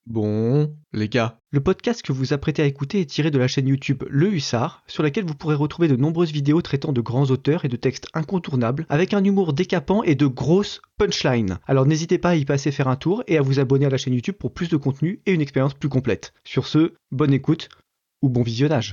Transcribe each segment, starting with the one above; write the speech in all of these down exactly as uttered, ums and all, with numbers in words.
Bon, les gars, le podcast que vous vous apprêtez à écouter est tiré de la chaîne YouTube Le Hussard, sur laquelle vous pourrez retrouver de nombreuses vidéos traitant de grands auteurs et de textes incontournables, avec un humour décapant et de grosses punchlines. Alors n'hésitez pas à y passer faire un tour et à vous abonner à la chaîne YouTube pour plus de contenu et une expérience plus complète. Sur ce, bonne écoute ou bon visionnage.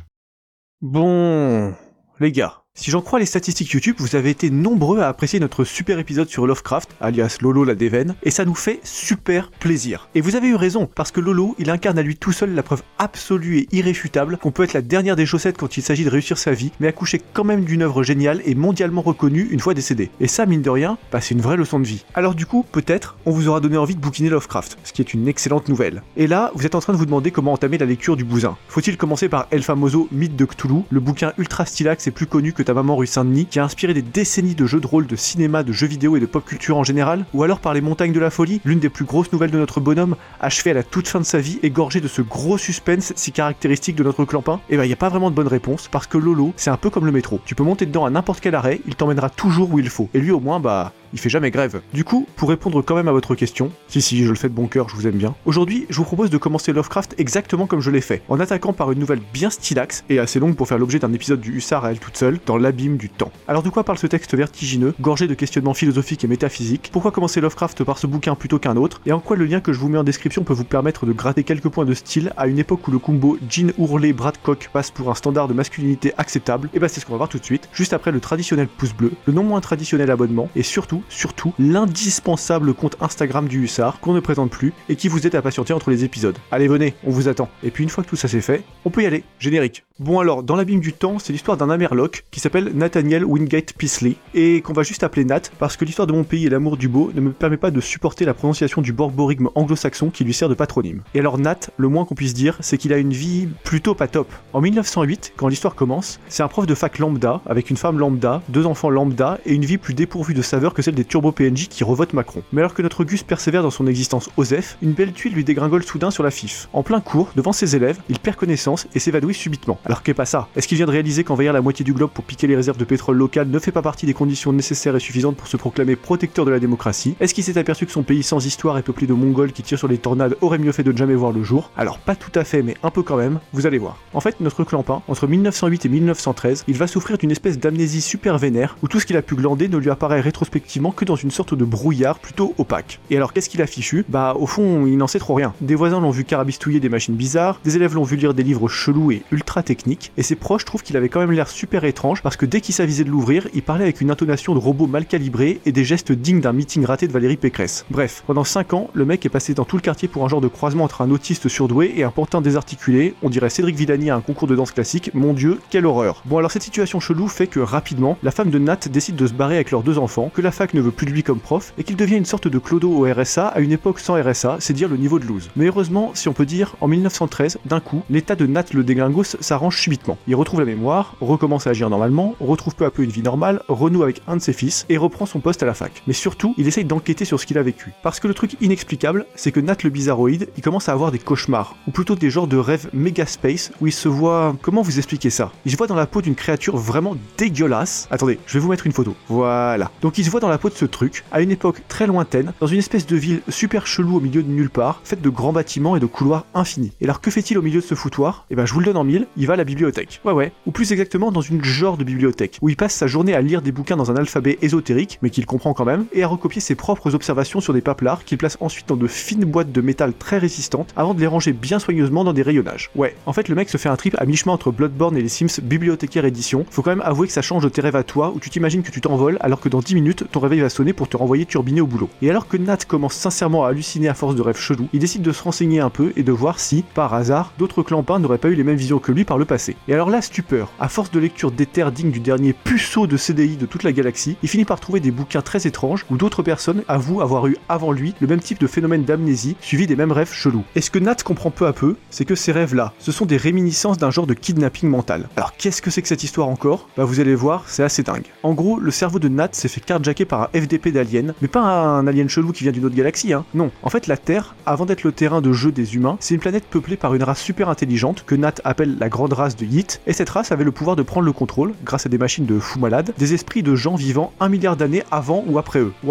Bon, les gars, si j'en crois les statistiques YouTube, vous avez été nombreux à apprécier notre super épisode sur Lovecraft, alias Lolo la Déveine, et ça nous fait super plaisir. Et vous avez eu raison, parce que Lolo, il incarne à lui tout seul la preuve absolue et irréfutable qu'on peut être la dernière des chaussettes quand il s'agit de réussir sa vie, mais accoucher quand même d'une œuvre géniale et mondialement reconnue une fois décédé. Et ça, mine de rien, bah, c'est une vraie leçon de vie. Alors du coup, peut-être, on vous aura donné envie de bouquiner Lovecraft, ce qui est une excellente nouvelle. Et là, vous êtes en train de vous demander comment entamer la lecture du bousin. Faut-il commencer par El Famoso Mythe de Cthulhu, le bouquin ultra stylax et plus connu que ta maman rue Saint-Denis, qui a inspiré des décennies de jeux de rôle, de cinéma, de jeux vidéo et de pop culture en général, ou alors par Les Montagnes de la Folie, l'une des plus grosses nouvelles de notre bonhomme, achevée à la toute fin de sa vie, égorgée de ce gros suspense si caractéristique de notre clampin? Et bah y a pas vraiment de bonne réponse, parce que Lolo, c'est un peu comme le métro. Tu peux monter dedans à n'importe quel arrêt, il t'emmènera toujours où il faut. Et lui au moins, bah... il fait jamais grève. Du coup, pour répondre quand même à votre question, si si, je le fais de bon cœur, je vous aime bien, aujourd'hui, je vous propose de commencer Lovecraft exactement comme je l'ai fait, en attaquant par une nouvelle bien stylax, et assez longue pour faire l'objet d'un épisode du Hussard à elle toute seule, dans l'abîme du temps. Alors de quoi parle ce texte vertigineux, gorgé de questionnements philosophiques et métaphysiques? Pourquoi commencer Lovecraft par ce bouquin plutôt qu'un autre? Et en quoi le lien que je vous mets en description peut vous permettre de gratter quelques points de style à une époque où le combo Jean Ourlé Brad Cock passe pour un standard de masculinité acceptable? Et bah c'est ce qu'on va voir tout de suite, juste après le traditionnel pouce bleu, le non moins traditionnel abonnement, et surtout, surtout, l'indispensable compte Instagram du Hussard, qu'on ne présente plus, et qui vous aide à patienter entre les épisodes. Allez venez, on vous attend. Et puis une fois que tout ça c'est fait, on peut y aller. Générique. Bon alors, dans l'abîme du temps, c'est l'histoire d'un Amerloc qui s'appelle Nathaniel Wingate Peasley, et qu'on va juste appeler Nat, parce que l'histoire de mon pays et l'amour du beau ne me permet pas de supporter la prononciation du borborigme anglo-saxon qui lui sert de patronyme. Et alors Nat, le moins qu'on puisse dire, c'est qu'il a une vie plutôt pas top. En mille neuf cent huit, quand l'histoire commence, c'est un prof de fac lambda, avec une femme lambda, deux enfants lambda, et une vie plus dépourvue de saveur que celle des turbo P N J qui revotent Macron. Mais alors que notre Gus persévère dans son existence Osef, une belle tuile lui dégringole soudain sur la fif. En plein cours, devant ses élèves, il perd connaissance et s'évanouit subitement. Alors qu'est pas ça? Est-ce qu'il vient de réaliser qu'envahir la moitié du globe pour piquer les réserves de pétrole locales ne fait pas partie des conditions nécessaires et suffisantes pour se proclamer protecteur de la démocratie? Est-ce qu'il s'est aperçu que son pays sans histoire et peuplé de Mongols qui tirent sur les tornades aurait mieux fait de ne jamais voir le jour? Alors pas tout à fait, mais un peu quand même, vous allez voir. En fait, notre clampin, entre mille neuf cent huit et mille neuf cent treize, il va souffrir d'une espèce d'amnésie super vénère, où tout ce qu'il a pu glander ne lui apparaît rétrospectivement que dans une sorte de brouillard plutôt opaque. Et alors qu'est-ce qu'il a fichu? Bah au fond, il n'en sait trop rien. Des voisins l'ont vu carabistouiller des machines bizarres, des élèves l'ont vu lire des livres chelous et ultra techniques, et ses proches trouvent qu'il avait quand même l'air super étrange parce que dès qu'il s'avisait de l'ouvrir, il parlait avec une intonation de robot mal calibré et des gestes dignes d'un meeting raté de Valérie Pécresse. Bref, pendant cinq ans, le mec est passé dans tout le quartier pour un genre de croisement entre un autiste surdoué et un pantin désarticulé, on dirait Cédric Villani à un concours de danse classique, mon dieu, quelle horreur. Bon alors cette situation chelou fait que rapidement, la femme de Nat décide de se barrer avec leurs deux enfants, que la fac ne veut plus de lui comme prof, et qu'il devient une sorte de clodo au R S A à une époque sans R S A, c'est dire le niveau de loose. Mais heureusement, si on peut dire, en mille neuf cent treize, d'un coup, l'état de Nat le dégringos s'arrange subitement. Il retrouve la mémoire, recommence à agir normalement, retrouve peu à peu une vie normale, renoue avec un de ses fils et reprend son poste à la fac. Mais surtout, il essaye d'enquêter sur ce qu'il a vécu. Parce que le truc inexplicable, c'est que Nat le bizarroïde, il commence à avoir des cauchemars, ou plutôt des genres de rêves méga space où il se voit... Comment vous expliquer ça? Il se voit dans la peau d'une créature vraiment dégueulasse. Attendez, je vais vous mettre une photo. Voilà. Donc il se voit dans la peau de ce truc, à une époque très lointaine, dans une espèce de ville super chelou au milieu de nulle part, faite de grands bâtiments et de couloirs infinis. Et alors que fait-il au milieu de ce foutoir? Eh ben je vous le donne en mille, il va à la bibliothèque. Ouais ouais, ou plus exactement dans une genre de bibliothèque, où il passe sa journée à lire des bouquins dans un alphabet ésotérique, mais qu'il comprend quand même, et à recopier ses propres observations sur des paplards qu'il place ensuite dans de fines boîtes de métal très résistantes, avant de les ranger bien soigneusement dans des rayonnages. Ouais, en fait le mec se fait un trip à mi-chemin entre Bloodborne et les Sims Bibliothécaire Édition. Faut quand même avouer que ça change de tes rêves à toi, où tu t'imagines que tu t'envoles, alors que dans dix minutes, ton réveil va sonner pour te renvoyer turbiner au boulot. Et alors que Nat commence sincèrement à halluciner à force de rêves chelous, il décide de se renseigner un peu et de voir si, par hasard, d'autres clampins n'auraient pas eu les mêmes visions que lui par le passé. Et alors là, stupeur, à force de lecture d'éther digne du dernier puceau de C D I de toute la galaxie, il finit par trouver des bouquins très étranges où d'autres personnes avouent avoir eu avant lui le même type de phénomène d'amnésie, suivi des mêmes rêves chelous. Et ce que Nat comprend peu à peu, c'est que ces rêves-là, ce sont des réminiscences d'un genre de kidnapping mental. Alors qu'est-ce que c'est que cette histoire encore? Bah vous allez voir, c'est assez dingue. En gros, le cerveau de Nat s'est fait carjacker par un F D P d'alien, mais pas un alien chelou qui vient d'une autre galaxie, hein. Non, en fait la Terre, avant d'être le terrain de jeu des humains, c'est une planète peuplée par une race super intelligente que Nat appelle la grande race de Yit, et cette race avait le pouvoir de prendre le contrôle, grâce à des machines de fous malades, des esprits de gens vivant un milliard d'années avant ou après eux. Waouh.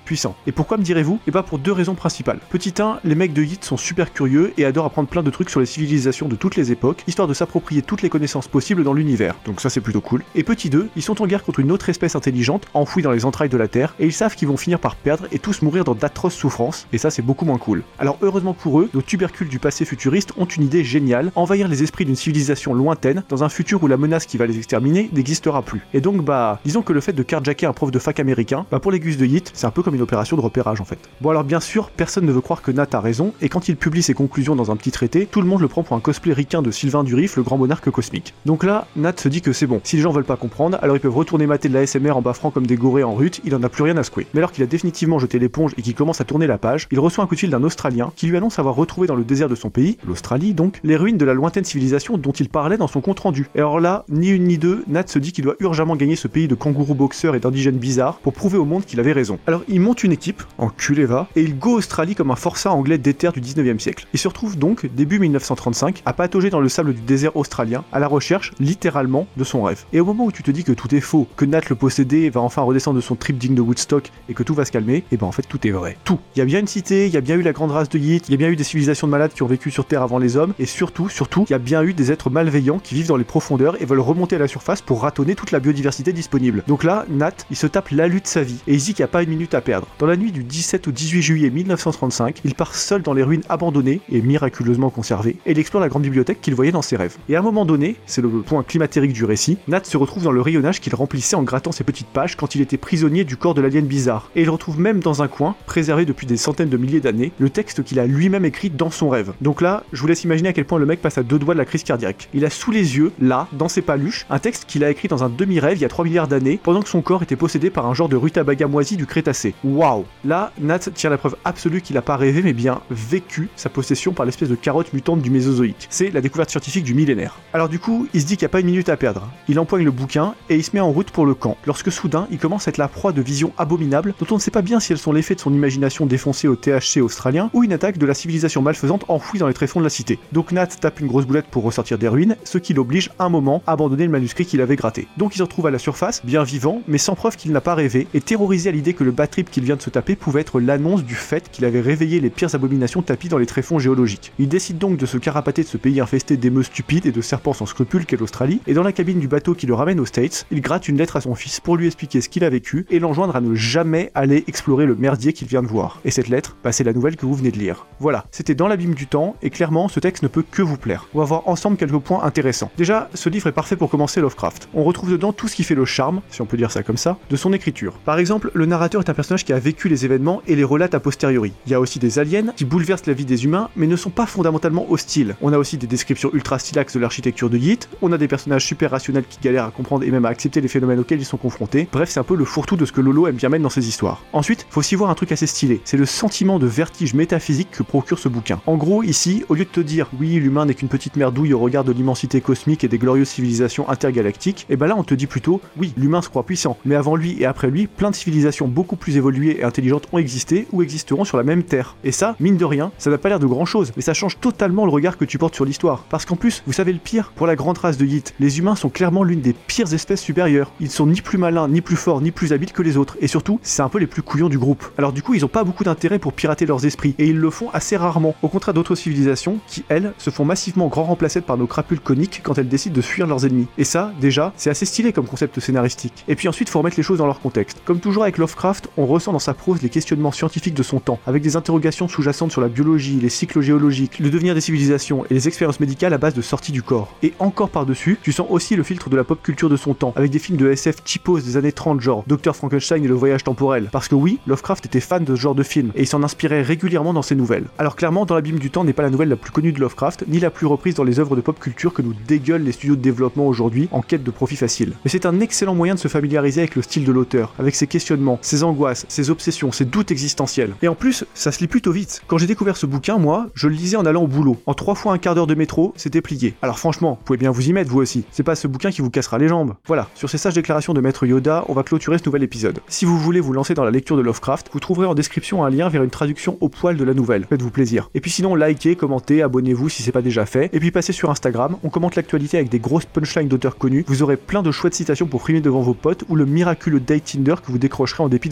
puissant. Et pourquoi me direz-vous? Et bah pour deux raisons principales. Petit un, les mecs de Yeet sont super curieux et adorent apprendre plein de trucs sur les civilisations de toutes les époques, histoire de s'approprier toutes les connaissances possibles dans l'univers. Donc ça c'est plutôt cool. Et petit deux, ils sont en guerre contre une autre espèce intelligente, enfouie dans les entrailles de la Terre, et ils savent qu'ils vont finir par perdre et tous mourir dans d'atroces souffrances, et ça c'est beaucoup moins cool. Alors heureusement pour eux, nos tubercules du passé futuriste ont une idée géniale, envahir les esprits d'une civilisation lointaine, dans un futur où la menace qui va les exterminer n'existera plus. Et donc bah, disons que le fait de carjacker un prof de fac américain, bah pour les gus de Yeet, c'est un peu comme une opération de repérage en fait. Bon alors bien sûr, personne ne veut croire que Nat a raison, et quand il publie ses conclusions dans un petit traité, tout le monde le prend pour un cosplay ricain de Sylvain Durif, le grand monarque cosmique. Donc là, Nat se dit que c'est bon, si les gens veulent pas comprendre, alors ils peuvent retourner mater de la S M R en baffrant comme des gorées en rut, il en a plus rien à secouer. Mais alors qu'il a définitivement jeté l'éponge et qu'il commence à tourner la page, il reçoit un coup de fil d'un Australien qui lui annonce avoir retrouvé dans le désert de son pays, l'Australie donc, les ruines de la lointaine civilisation dont il parlait dans son compte rendu. Et alors là, ni une ni deux, Nat se dit qu'il doit urgemment gagner ce pays de kangourous boxeurs et d'indigènes bizarres pour prouver au monde qu'il avait raison. Alors il monte une équipe, enculé va, et il go Australie comme un forçat anglais déter du dix-neuvième siècle. Il se retrouve donc, début mille neuf cent trente-cinq, à patauger dans le sable du désert australien, à la recherche, littéralement, de son rêve. Et au moment où tu te dis que tout est faux, que Nat le possédé va enfin redescendre de son trip digne de Woodstock et que tout va se calmer, et ben en fait tout est vrai. Tout. Il y a bien une cité, il y a bien eu la grande race de Yeet, il y a bien eu des civilisations de malades qui ont vécu sur Terre avant les hommes, et surtout, surtout, il y a bien eu des êtres malveillants qui vivent dans les profondeurs et veulent remonter à la surface pour ratonner toute la biodiversité disponible. Donc là, Nat, il se tape la lutte de sa vie, et il dit qu'il n'y a pas une minute à perdre. Dans la nuit du dix-sept au dix-huit juillet mille neuf cent trente-cinq, il part seul dans les ruines abandonnées et miraculeusement conservées, et il explore la grande bibliothèque qu'il voyait dans ses rêves. Et à un moment donné, c'est le point climatérique du récit, Nat se retrouve dans le rayonnage qu'il remplissait en grattant ses petites pages quand il était prisonnier du corps de l'alien bizarre. Et il retrouve même dans un coin, préservé depuis des centaines de milliers d'années, le texte qu'il a lui-même écrit dans son rêve. Donc là, je vous laisse imaginer à quel point le mec passe à deux doigts de la crise cardiaque. Il a sous les yeux, là, dans ses paluches, un texte qu'il a écrit dans un demi-rêve il y a trois milliards d'années, pendant que son corps était possédé par un genre de rutabaga moisi du Crétacé. Waouh! Là, Nat tient la preuve absolue qu'il a pas rêvé mais bien vécu sa possession par l'espèce de carotte mutante du Mésozoïque. C'est la découverte scientifique du millénaire. Alors du coup, il se dit qu'il n'y a pas une minute à perdre. Il empoigne le bouquin et il se met en route pour le camp, lorsque soudain, il commence à être la proie de visions abominables dont on ne sait pas bien si elles sont l'effet de son imagination défoncée au T H C australien ou une attaque de la civilisation malfaisante enfouie dans les tréfonds de la cité. Donc Nat tape une grosse boulette pour ressortir des ruines, ce qui l'oblige un moment à abandonner le manuscrit qu'il avait gratté. Donc il se retrouve à la surface, bien vivant, mais sans preuve qu'il n'a pas rêvé, et terrorisé à l'idée que le bad trip qu'il vient de se taper pouvait être l'annonce du fait qu'il avait réveillé les pires abominations tapies dans les tréfonds géologiques. Il décide donc de se carapater de ce pays infesté d'émeutes stupides et de serpents sans scrupules qu'est l'Australie, et dans la cabine du bateau qui le ramène aux States, il gratte une lettre à son fils pour lui expliquer ce qu'il a vécu et l'enjoindre à ne jamais aller explorer le merdier qu'il vient de voir. Et cette lettre, bah, c'est la nouvelle que vous venez de lire. Voilà, c'était dans l'abîme du temps, et clairement, ce texte ne peut que vous plaire. On va voir ensemble quelques points intéressants. Déjà, ce livre est parfait pour commencer Lovecraft. On retrouve dedans tout ce qui fait le charme, si on peut dire ça comme ça, de son écriture. Par exemple, le narrateur est un personnage qui a vécu les événements et les relate a posteriori. Il y a aussi des aliens qui bouleversent la vie des humains, mais ne sont pas fondamentalement hostiles. On a aussi des descriptions ultra stylax de l'architecture de Yeet, on a des personnages super rationnels qui galèrent à comprendre et même à accepter les phénomènes auxquels ils sont confrontés. Bref, c'est un peu le fourre-tout de ce que Lolo aime bien mettre dans ses histoires. Ensuite, faut aussi voir un truc assez stylé, c'est le sentiment de vertige métaphysique que procure ce bouquin. En gros, ici, au lieu de te dire « oui, l'humain n'est qu'une petite merdouille au regard de l'immensité cosmique et des glorieuses civilisations intergalactiques », et ben là on te dit plutôt « oui, l'humain se croit puissant, mais avant lui et après lui, plein de civilisations beaucoup plus évoluées et intelligentes ont existé ou existeront sur la même Terre. » Et ça, mine de rien, ça n'a pas l'air de grand chose, mais ça change totalement le regard que tu portes sur l'histoire. Parce qu'en plus, vous savez le pire, pour la grande race de Yeet, les humains sont clairement l'une des pires espèces supérieures. Ils sont ni plus malins, ni plus forts, ni plus habiles que les autres, et surtout, c'est un peu les plus couillons du groupe. Alors du coup, ils ont pas beaucoup d'intérêt pour pirater leurs esprits, et ils le font assez rarement, au contraire d'autres civilisations qui, elles, se font massivement grand remplacer par nos crapules coniques quand elles décident de fuir leurs ennemis. Et ça, déjà, c'est assez stylé comme concept scénaristique. Et puis ensuite, faut remettre les choses dans leur contexte. Comme toujours avec Lovecraft, on ressent dans sa prose les questionnements scientifiques de son temps, avec des interrogations sous-jacentes sur la biologie, les cycles géologiques, le devenir des civilisations et les expériences médicales à base de sortie du corps. Et encore par-dessus, tu sens aussi le filtre de la pop culture de son temps, avec des films de S F cheapos des années trente genre Docteur Frankenstein et le voyage temporel. Parce que oui, Lovecraft était fan de ce genre de film, et il s'en inspirait régulièrement dans ses nouvelles. Alors clairement, Dans l'abîme du temps n'est pas la nouvelle la plus connue de Lovecraft, ni la plus reprise dans les œuvres de pop culture que nous dégueulent les studios de développement aujourd'hui en quête de profit facile. Mais c'est un excellent moyen de se familiariser avec le style de l'auteur, avec ses questionnements, ses angoisses, ses obsessions, ses doutes existentiels. Et en plus, ça se lit plutôt vite. Quand j'ai découvert ce bouquin, moi, je le lisais en allant au boulot. En trois fois un quart d'heure de métro, c'était plié. Alors franchement, vous pouvez bien vous y mettre vous aussi. C'est pas ce bouquin qui vous cassera les jambes. Voilà, sur ces sages déclarations de Maître Yoda, on va clôturer ce nouvel épisode. Si vous voulez vous lancer dans la lecture de Lovecraft, vous trouverez en description un lien vers une traduction au poil de la nouvelle. Faites-vous plaisir. Et puis sinon, likez, commentez, abonnez-vous si c'est pas déjà fait. Et puis passez sur Instagram, on commente l'actualité avec des grosses punchlines d'auteurs connus. Vous aurez plein de chouettes citations pour frimer devant vos potes ou le miraculeux date Tinder que vous décrocherez en dépit de votre laideur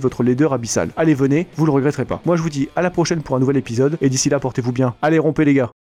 profondeur abyssale. Allez, venez, vous le regretterez pas. Moi je vous dis à la prochaine pour un nouvel épisode, et d'ici là portez-vous bien. Allez, rompez les gars.